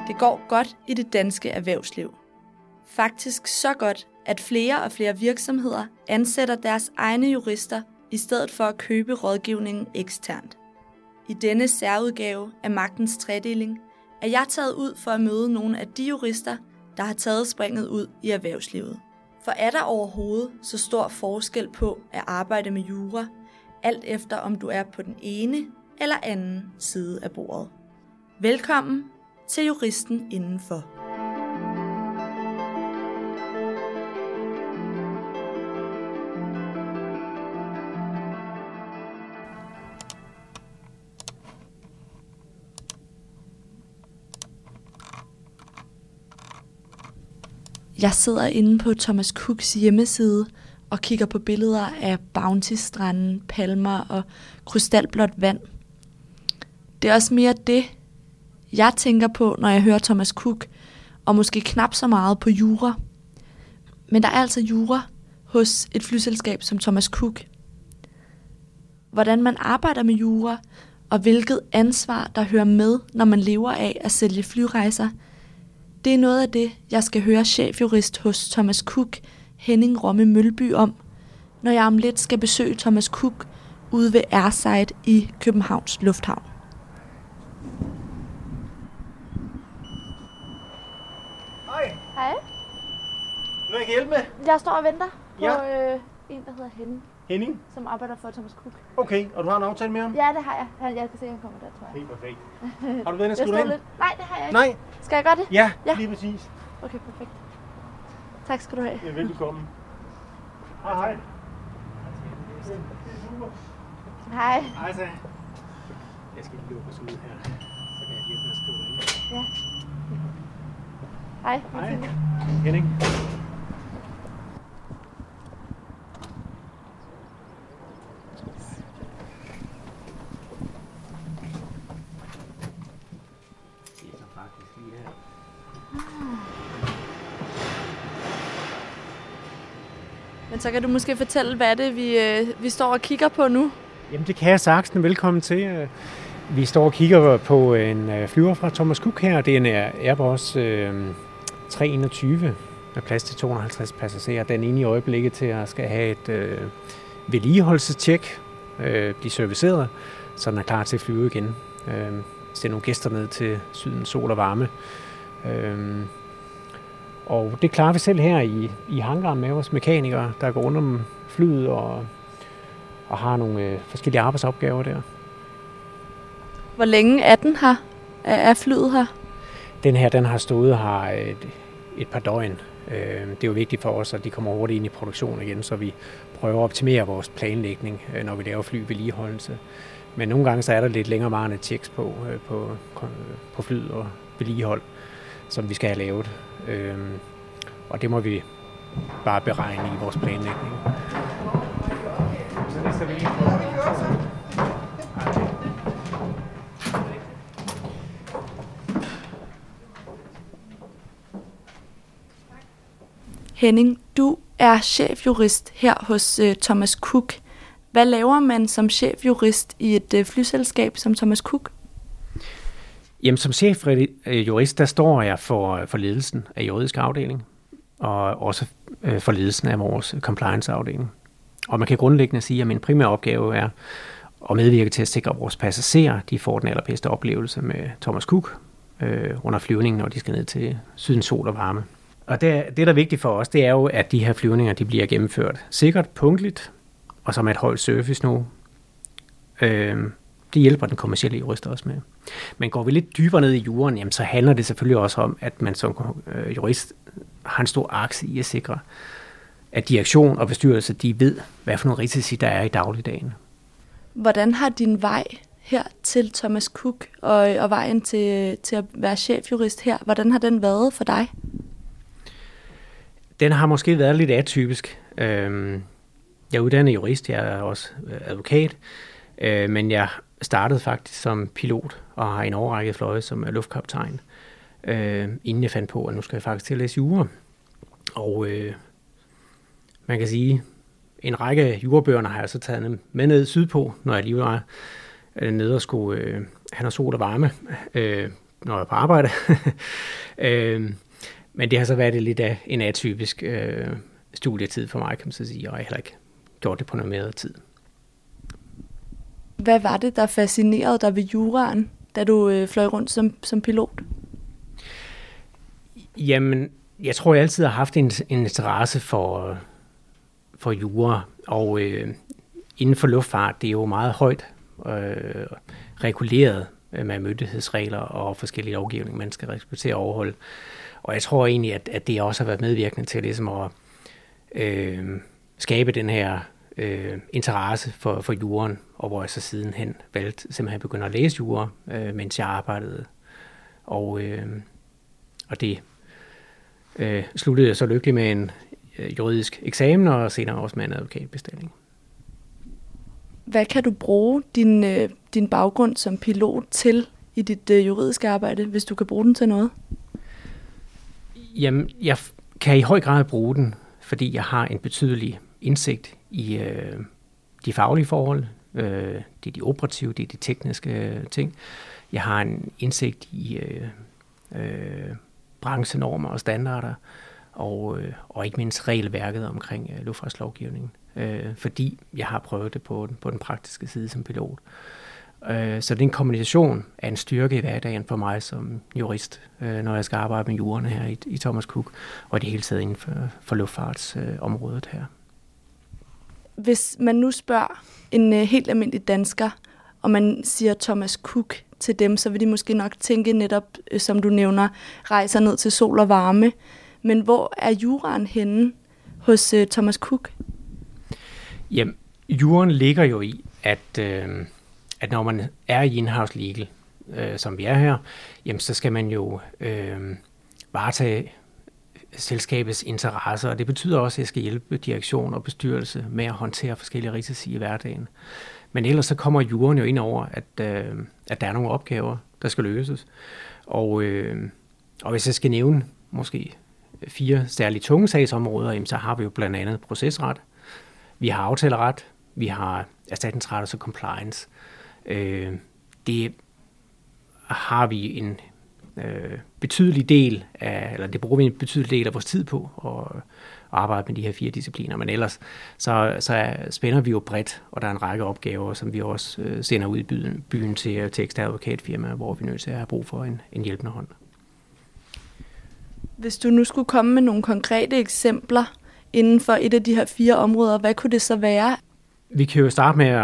Det går godt i det danske erhvervsliv. Faktisk så godt, at flere og flere virksomheder ansætter deres egne jurister i stedet for at købe rådgivningen eksternt. I denne særudgave af Magtens Tredeling er jeg taget ud for at møde nogle af de jurister, der har taget springet ud i erhvervslivet. For er der overhovedet så stor forskel på at arbejde med jura, alt efter om du er på den ene eller anden side af bordet? Velkommen til Juristen Indenfor. Jeg sidder inde på Thomas Cooks hjemmeside og kigger på billeder af Bounty-stranden, palmer og krystalblåt vand. Det er også mere det, jeg tænker på, når jeg hører Thomas Cook, og måske knap så meget på jura. Men der er altså jura hos et flyselskab som Thomas Cook. Hvordan man arbejder med jura, og hvilket ansvar, der hører med, når man lever af at sælge flyrejser, det er noget af det, jeg skal høre chefjurist hos Thomas Cook, Henning Romme Mølby om, når jeg om lidt skal besøge Thomas Cook ude ved Airside i Københavns Lufthavn. Hej. Hej. Vil jeg hjælpe med? Jeg står og venter på Ja. en, der hedder Henning, Henning? som arbejder for Thomas Cook. Okay, og du har en aftale med ham? Ja, det har jeg. Jeg kan se, at han kommer der, tror jeg. Helt perfekt. Har du været inde og Jeg skrive står ind? lidt. Nej, det har jeg ikke. Nej? Skal jeg gøre det? Ja, Ja. lige præcis. Okay, perfekt. Tak skal du have. Ja, velkommen. Hej, hej. Hej. Hej, så. Jeg skal lige lukke os ud her, så kan jeg hjælpe med at skrive dig ind. Ja. Hej. Hej. Henning. Det er så faktisk lige her. Men så kan du måske fortælle, hvad det vi står og kigger på nu. Jamen det kan jeg sagtens. Velkommen til. Vi står og kigger på en flyver fra Thomas Cook her. Det er en Airbus 321 med plads til 250 passagerer. Den er inde i øjeblikket til at skal have et vedligeholdelsestjek, blive serviceret, så den er klar til at flyve igen. Sende nogle gæster ned til Sydens sol og varme. Og det klarer vi selv her i hangaren med vores mekanikere, der går rundt om flyet og har nogle forskellige arbejdsopgaver der. Hvor længe er den her? Er flyet her? Den har stået her et par døgn. Det er jo vigtigt for os, at de kommer hurtigt ind i produktion igen, så vi prøver at optimere vores planlægning, når vi laver flyvedligeholdelse. Men nogle gange så er der lidt længerevarende checks på flyet og vedligehold, som vi skal have lavet. Og det må vi bare beregne i vores planlægning. Henning, du er chefjurist her hos Thomas Cook. Hvad laver man som chefjurist i et flyselskab som Thomas Cook? Jamen, som chefjurist, der står jeg for ledelsen af juridisk afdeling, og også for ledelsen af vores compliance-afdeling. Og man kan grundlæggende sige, at min primære opgave er at medvirke til at sikre, at vores passagerer de får den allerbedste oplevelse med Thomas Cook under flyvningen, når de skal ned til Sydens sol og varme. Og det, der er vigtigt for os, det er jo, at de her flyvninger de bliver gennemført sikkert, punktligt, og som et højt serviceniveau. Det hjælper den kommercielle jurist også med. Men går vi lidt dybere ned i juraen, jamen, så handler det selvfølgelig også om, at man som jurist har en stor aktie i at sikre, at direktion og bestyrelse de ved, hvad for nogle risici der er i dagligdagen. Hvordan har din vej her til Thomas Cook og vejen til at være chefjurist her, hvordan har den været for dig? Den har måske været lidt atypisk. Jeg er uddannet jurist, jeg er også advokat, men jeg startede faktisk som pilot og har en årrække fløjet som luftkaptajn, inden jeg fandt på, at nu skal jeg faktisk til at læse jura. Og man kan sige, en række af jurabøgerne har jeg så taget med ned sydpå, når jeg lige var nede og skulle have noget sol og varme når jeg er på arbejde. Men det har så været lidt af en atypisk studietid for mig, kan man så sige, og jeg har heller ikke gjort det på normeret tid. Hvad var det, der fascinerede dig ved juraen, da du fløj rundt som pilot? Jamen, jeg tror, jeg altid har haft en interesse for jura, og inden for luftfart, det er jo meget højt reguleret med myndighedsregler og forskellige lovgivninger, man skal respektere og overholde. Og jeg tror egentlig, at det også har været medvirkende til ligesom at skabe den her interesse for juraen, og hvor jeg så sidenhen valgte simpelthen at begynde at læse jura, mens jeg arbejdede. Og det sluttede jeg så lykkelig med en juridisk eksamen, og senere også med en advokatbestilling. Hvad kan du bruge din baggrund som pilot til i dit juridiske arbejde, hvis du kan bruge den til noget? Jamen, jeg kan i høj grad bruge den, fordi jeg har en betydelig indsigt i de faglige forhold. Det er de operative, det er de tekniske ting. Jeg har en indsigt i branchenormer og standarder, og ikke mindst regelværket omkring luftfartslovgivningen, fordi jeg har prøvet det på den praktiske side som pilot. Så den kombination er en styrke i hverdagen for mig som jurist, når jeg skal arbejde med jurerne her i Thomas Cook, og det hele taget inden for luftfartsområdet her. Hvis man nu spørger en helt almindelig dansker, og man siger Thomas Cook til dem, så vil de måske nok tænke netop, som du nævner, rejser ned til sol og varme. Men hvor er juraen henne hos Thomas Cook? Jamen, juraen ligger jo i, at når man er i in-house legal, som vi er her, jamen, så skal man jo varetage selskabets interesser, og det betyder også, at jeg skal hjælpe direktion og bestyrelse med at håndtere forskellige risici i hverdagen. Men ellers så kommer juraen jo ind over, at der er nogle opgaver, der skal løses. Og hvis jeg skal nævne måske 4 særligt tunge sagsområder, jamen, så har vi jo blandt andet procesret, vi har aftaleret, vi har erstatningsret og så compliance. Det har vi en betydelig del af, eller det bruger vi en betydelig del af vores tid på at arbejde med de her 4 discipliner, men ellers så spænder vi jo bredt, og der er en række opgaver, som vi også sender ud i byen til eksterne advokatfirmaer, hvor vi er nødt til at have brug for en hjælpende hånd. Hvis du nu skulle komme med nogle konkrete eksempler inden for et af de her 4 områder, hvad kunne det så være? Vi kan jo starte med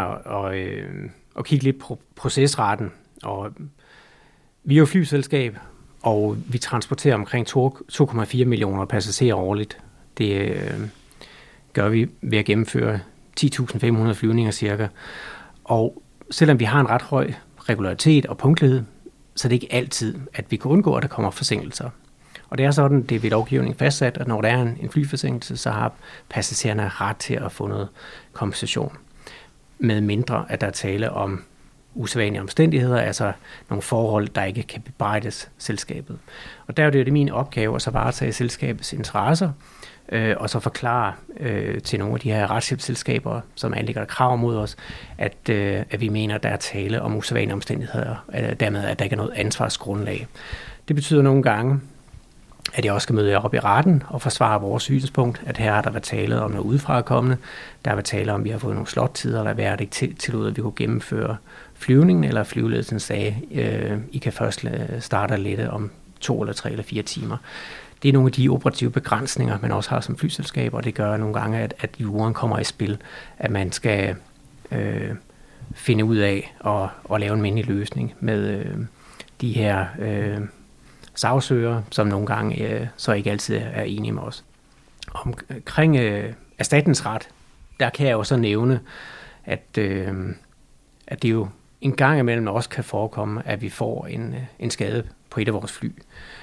at kigge lidt på procesretten, og vi er jo flyselskab, og vi transporterer omkring 2,4 millioner passagerer årligt. Det gør vi ved at gennemføre 10.500 flyvninger cirka. Og selvom vi har en ret høj regularitet og punktlighed, så er det ikke altid, at vi kan undgå, at der kommer forsinkelser. Og det er sådan, det er ved lovgivningen fastsat, at når der er en flyforsinkelse, så har passagererne ret til at få noget kompensation. Med mindre, at der er tale om usædvanlige omstændigheder, altså nogle forhold, der ikke kan bebrejdes selskabet. Og der er det jo min opgave at så varetage selskabets interesser, og så forklare til nogle af de her retshjælpsselskaber, som anlægger krav mod os, at vi mener, at der er tale om usædvanlige omstændigheder, dermed at der ikke er noget ansvarsgrundlag. Det betyder nogle gange, at jeg også skal møde jer op i retten og forsvare vores synspunkt, at her har der været tale om noget udefrakommende, der har været tale om, at vi har fået nogle slottider, eller hvad er det ikke tillod, at vi kunne gennemføre flyvningen, eller flyveledelsen sagde, I kan først starte at lette om 2 eller 3 eller 4 timer. Det er nogle af de operative begrænsninger, man også har som flyselskab, og det gør nogle gange, at juraen kommer i spil, at man skal finde ud af at lave en mindelig løsning med de her sagsøgere, som nogle gange så ikke altid er enige med os. Omkring erstatningsret, der kan jeg jo så nævne, at det jo en gang imellem også kan forekomme, at vi får en skade på et af vores fly.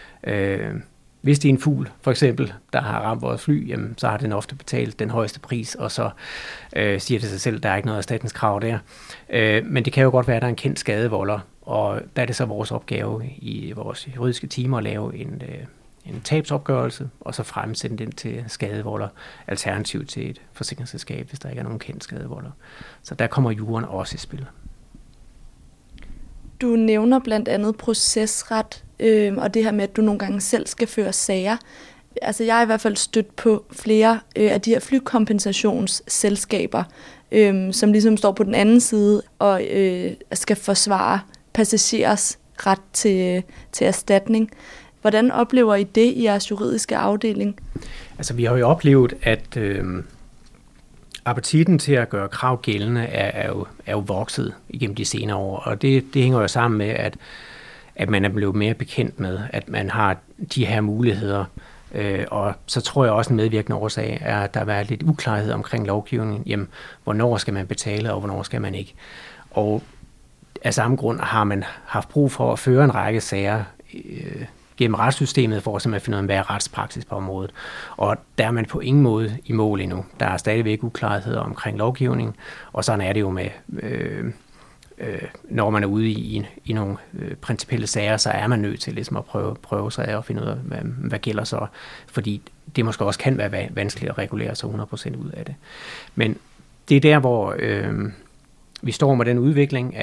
Hvis det er en fugl, for eksempel, der har ramt vores fly, jamen, så har den ofte betalt den højeste pris, og så siger det sig selv, at der er ikke noget erstatningskrav der. Men det kan jo godt være, at der er en kendt skadevolder, og der er det så vores opgave i vores juridiske team at lave en tabsopgørelse, og så fremsende den til skadevolder, alternativ til et forsikringsselskab, hvis der ikke er nogen kendt skadevolder. Så der kommer juraen også i spil. Du nævner blandt andet procesret, og det her med, at du nogle gange selv skal føre sager. Altså jeg er i hvert fald stødt på flere af de her flykompensationsselskaber, som ligesom står på den anden side og skal forsvare passagerers ret til erstatning. Hvordan oplever I det i jeres juridiske afdeling? Altså vi har jo oplevet, at appetitten til at gøre krav gældende er jo vokset igennem de senere år, og det hænger jo sammen med, at man er blevet mere bekendt med, at man har de her muligheder. Og så tror jeg også en medvirkende årsag er, at der har været lidt uklarhed omkring lovgivningen. Jamen, hvornår skal man betale, og hvornår skal man ikke? Og af samme grund har man haft brug for at føre en række sager gennem retssystemet for at simpelthen finde ud af, hvad er retspraksis på området. Og der er man på ingen måde i mål endnu. Der er stadigvæk uklarheder omkring lovgivningen, og sådan er det jo med... når man er ude i nogle principielle sager, så er man nødt til ligesom at prøve sig og finde ud af, hvad gælder så, fordi det måske også kan være vanskeligt at regulere sig 100% ud af det. Men det er der, hvor vi står med den udvikling,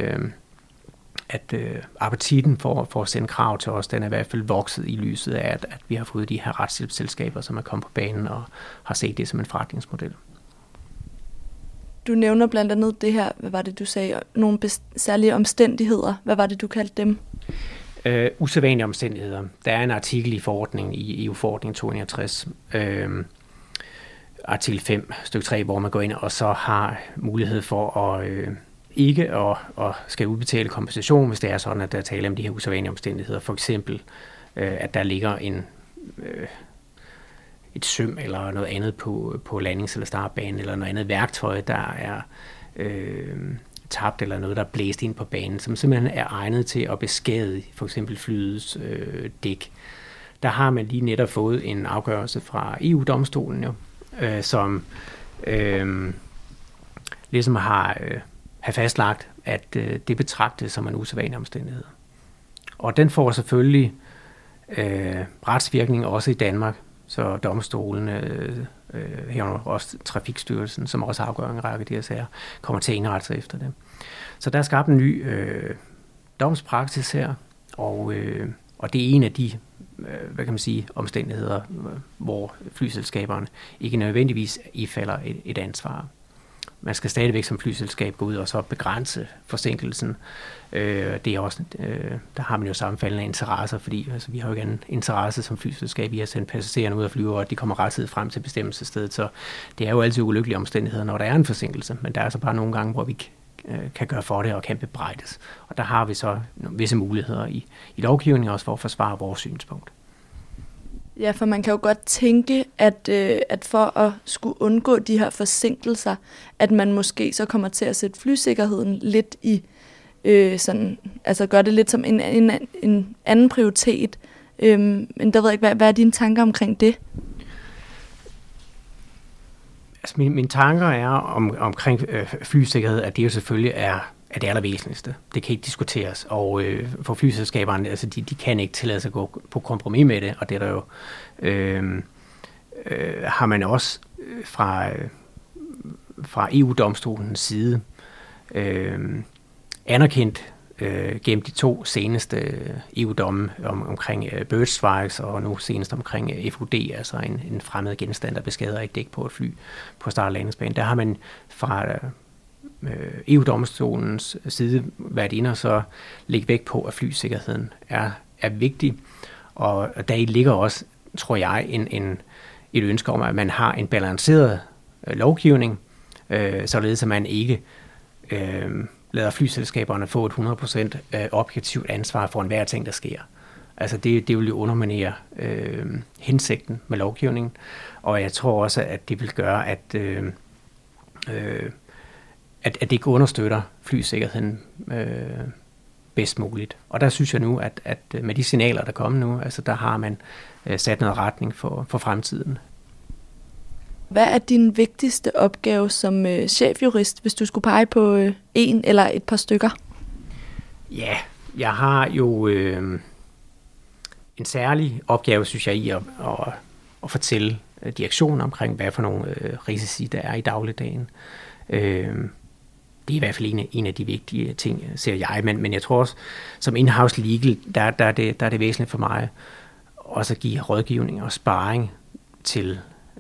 at appetitten for at sende krav til os, den er i hvert fald vokset i lyset af, at vi har fået de her retshjælpsselskaber, som er kommet på banen og har set det som en forretningsmodel. Du nævner blandt andet det her, hvad var det, du sagde, nogle særlige omstændigheder. Hvad var det, du kaldte dem? Usædvanlige omstændigheder. Der er en artikel i forordningen, i EU-forordningen 269, artikel 5, stykke 3, hvor man går ind og så har mulighed for at ikke at skal udbetale kompensation, hvis det er sådan, at der taler om de her usædvanlige omstændigheder. For eksempel, at der ligger et søm eller noget andet på landings- eller startbanen, eller noget andet værktøj, der er tabt, eller noget, der er blæst ind på banen, som simpelthen er egnet til at beskade for eksempel flyets dæk. Der har man lige netop fået en afgørelse fra EU-domstolen, som ligesom har fastlagt, at det betragtes som en usædvanlig omstændighed. Og den får selvfølgelig retsvirkning også i Danmark, så domstolene, herunder også Trafikstyrelsen, som også afgør en række af de her sager, kommer til at indrette sig efter det. Så der er skabt en ny domspraksis her, og det er en af de omstændigheder, hvor flyselskaberne ikke nødvendigvis ifalder et ansvar. Man skal stadigvæk som flyselskab gå ud og så begrænse forsinkelsen. Det er også, der har man jo sammenfaldende interesser, fordi altså, vi har jo ikke en interesse som flyselskab i at sende passagererne ud og flyve, og at de kommer rettidigt frem til bestemmelsesstedet. Så det er jo altid ulykkelige omstændigheder, når der er en forsinkelse, men der er så bare nogle gange, hvor vi kan gøre for det og kan bebrejdes. Og der har vi så visse muligheder i lovgivningen også for at forsvare vores synspunkt. Ja, for man kan jo godt tænke, at for at skulle undgå de her forsinkelser, at man måske så kommer til at sætte flysikkerheden lidt i, altså gøre det lidt som en anden prioritet. Men der ved jeg ikke, hvad er dine tanker omkring det? Altså mine tanker er omkring flysikkerhed, at det jo selvfølgelig er det allervæsentligste. Det kan ikke diskuteres, og for flyselskaberne, altså de kan ikke tillade sig at gå på kompromis med det, og det er der jo, har man også fra EU-domstolens side anerkendt gennem de 2 seneste EU-domme omkring Birchstrikes og nu senest omkring FUD, altså en fremmed genstand, der beskader et dæk på et fly på start- og landingsbanen. Der har man fra EU-domstolens side været inde og så lægge vægt på, at flysikkerheden er vigtig, og der ligger også, tror jeg, et ønske om, at man har en balanceret lovgivning, således at man ikke lader flyselskaberne få et 100% objektivt ansvar for enhver ting, der sker. Altså det vil jo underminere hensigten med lovgivningen, og jeg tror også, at det vil gøre, at det ikke understøtter flysikkerheden bedst muligt. Og der synes jeg nu, at med de signaler, der kommer nu, altså der har man sat noget retning for fremtiden. Hvad er din vigtigste opgave som chefjurist, hvis du skulle pege på en eller et par stykker? Ja, jeg har jo en særlig opgave, synes jeg, i at fortælle direktionen omkring, hvad for nogle risici der er i dagligdagen. Det er i hvert fald en af de vigtige ting, ser jeg. Men jeg tror også, som in-house legal, der er det væsentligt for mig også at give rådgivning og sparring til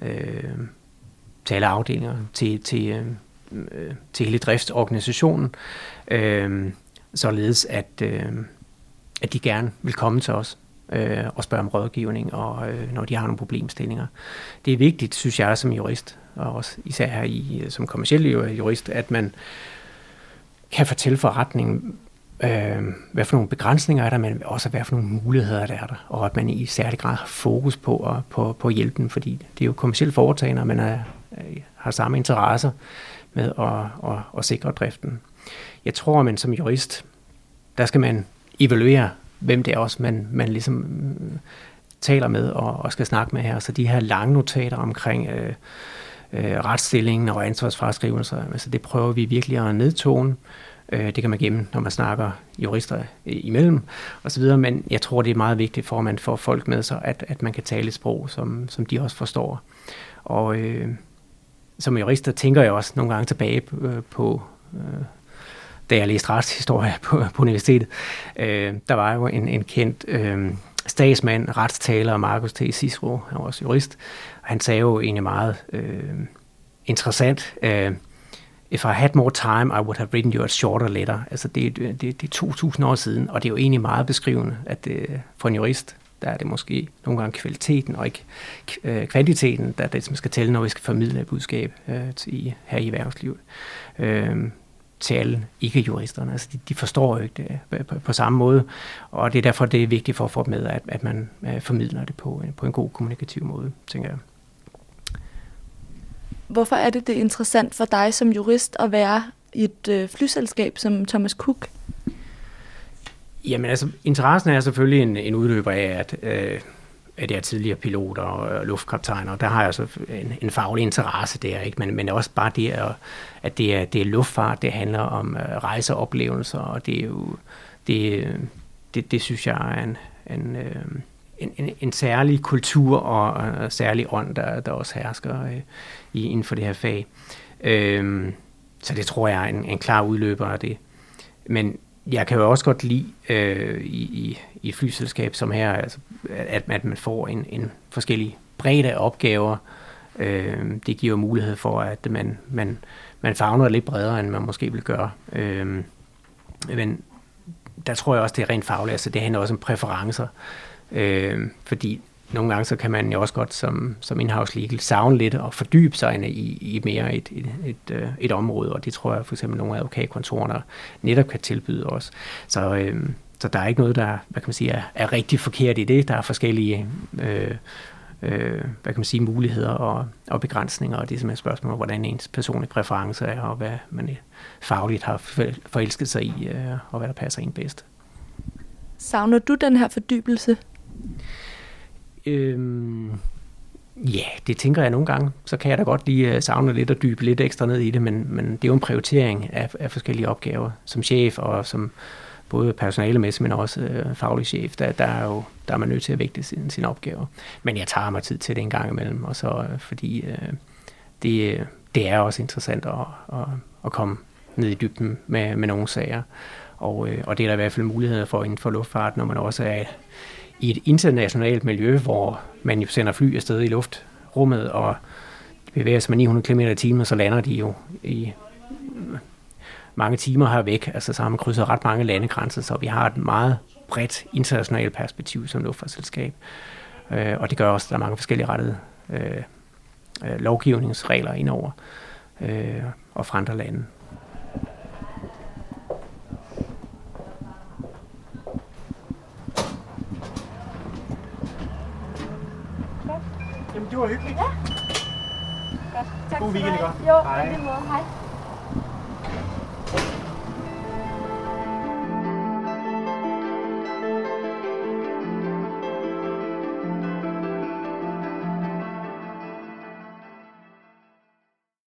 alle afdelinger, til hele driftsorganisationen, således at de gerne vil komme til os og spørge om rådgivning, og når de har nogle problemstillinger. Det er vigtigt, synes jeg, som jurist, og også især her som kommerciel jurist, at man kan fortælle forretningen, hvad for nogle begrænsninger er der, men også hvad for nogle muligheder der er der, og at man i særlig grad har fokus på at hjælpe dem, fordi det er jo kommercielt foretagende, og man har samme interesser med at sikre driften. Jeg tror, at man som jurist, der skal man evaluere, hvem det er også, man ligesom taler med og skal snakke med her. Så de her lange notater omkring retsstillingen og ansvarsfraskrivelser, altså det prøver vi virkelig at nedtone. Det kan man gemme, når man snakker jurister imellem osv., men jeg tror, det er meget vigtigt for, at man får folk med sig, at man kan tale et sprog, som de også forstår. Og som jurister tænker jeg også nogle gange tilbage på da jeg læste retshistorie på universitetet. Der var jo en kendt statsmand, retstaler, Marcus T. Cicero, han var også jurist, og han sagde jo egentlig meget interessant, if I had more time, I would have written you a shorter letter. Altså det er 2000 år siden, og det er jo egentlig meget beskrivende, at for en jurist, der er det måske nogle gange kvaliteten og ikke kvantiteten, der er det, som skal tælle, når vi skal formidle et budskab her i erhvervslivet. Til alle ikke-juristerne. Altså de forstår jo ikke det på samme måde, og det er derfor, det er vigtigt for at få med, at man formidler det på en god kommunikativ måde, tænker jeg. Hvorfor er det interessant for dig som jurist at være i et flyselskab som Thomas Cook? Jamen altså, interessen er selvfølgelig en udløber af, at jeg er tidligere piloter og luftkaptajner, der har jeg altså en faglig interesse der, ikke? Men også bare det, at det er luftfart, det handler om rejseoplevelser, og det er jo det synes jeg er en særlig kultur og særlig ånd, der også hersker inden for det her fag. Så det tror jeg er en klar udløber af det. Men jeg kan jo også godt lide i et flyselskab som her, altså, at man får en forskellig bredde af opgaver. Det giver mulighed for, at man favner lidt bredere, end man måske vil gøre. Men der tror jeg også, det er rent fagligt. Altså, det handler også om præferencer. Fordi nogle gange så kan man jo også godt som in-house legal savne lidt og fordybe sig i mere et område, og det tror jeg for eksempel nogle af advokatkontorerne netop kan tilbyde os. Så der er ikke noget, der hvad kan man sige, er rigtig forkert i det. Der er forskellige hvad kan man sige, muligheder og begrænsninger, og det er simpelthen et spørgsmål om, hvordan ens personlige præferencer er, og hvad man fagligt har forelsket sig i, og hvad der passer en bedst. Savner du den her fordybelse? Ja, det tænker jeg nogle gange. Så kan jeg da godt lige savne lidt og dybe lidt ekstra ned i det, men det er jo en prioritering af forskellige opgaver. Som chef og som både personalemæssigt, men også faglig chef, der er man nødt til at vægte sine opgaver. Men jeg tager mig tid til det en gang imellem, og så fordi det er også interessant at komme ned i dybden med nogle sager. Og det er der i hvert fald muligheder for inden for luftfart, når man også er i et internationalt miljø, hvor man jo sender fly afsted i luftrummet, og bevæger sig med 900 km i timen, så lander de jo i mange timer her væk. Altså så har man krydset ret mange landegrænser, så vi har et meget bredt internationalt perspektiv som luftfartsselskab. Og det gør også, at der er mange forskellige rettede lovgivningsregler indover og fra andre lande. Jamen, det var hyggeligt. Ja. Godt. Tak God weekend, ikke? Jo, hej. i lige måde. Hej.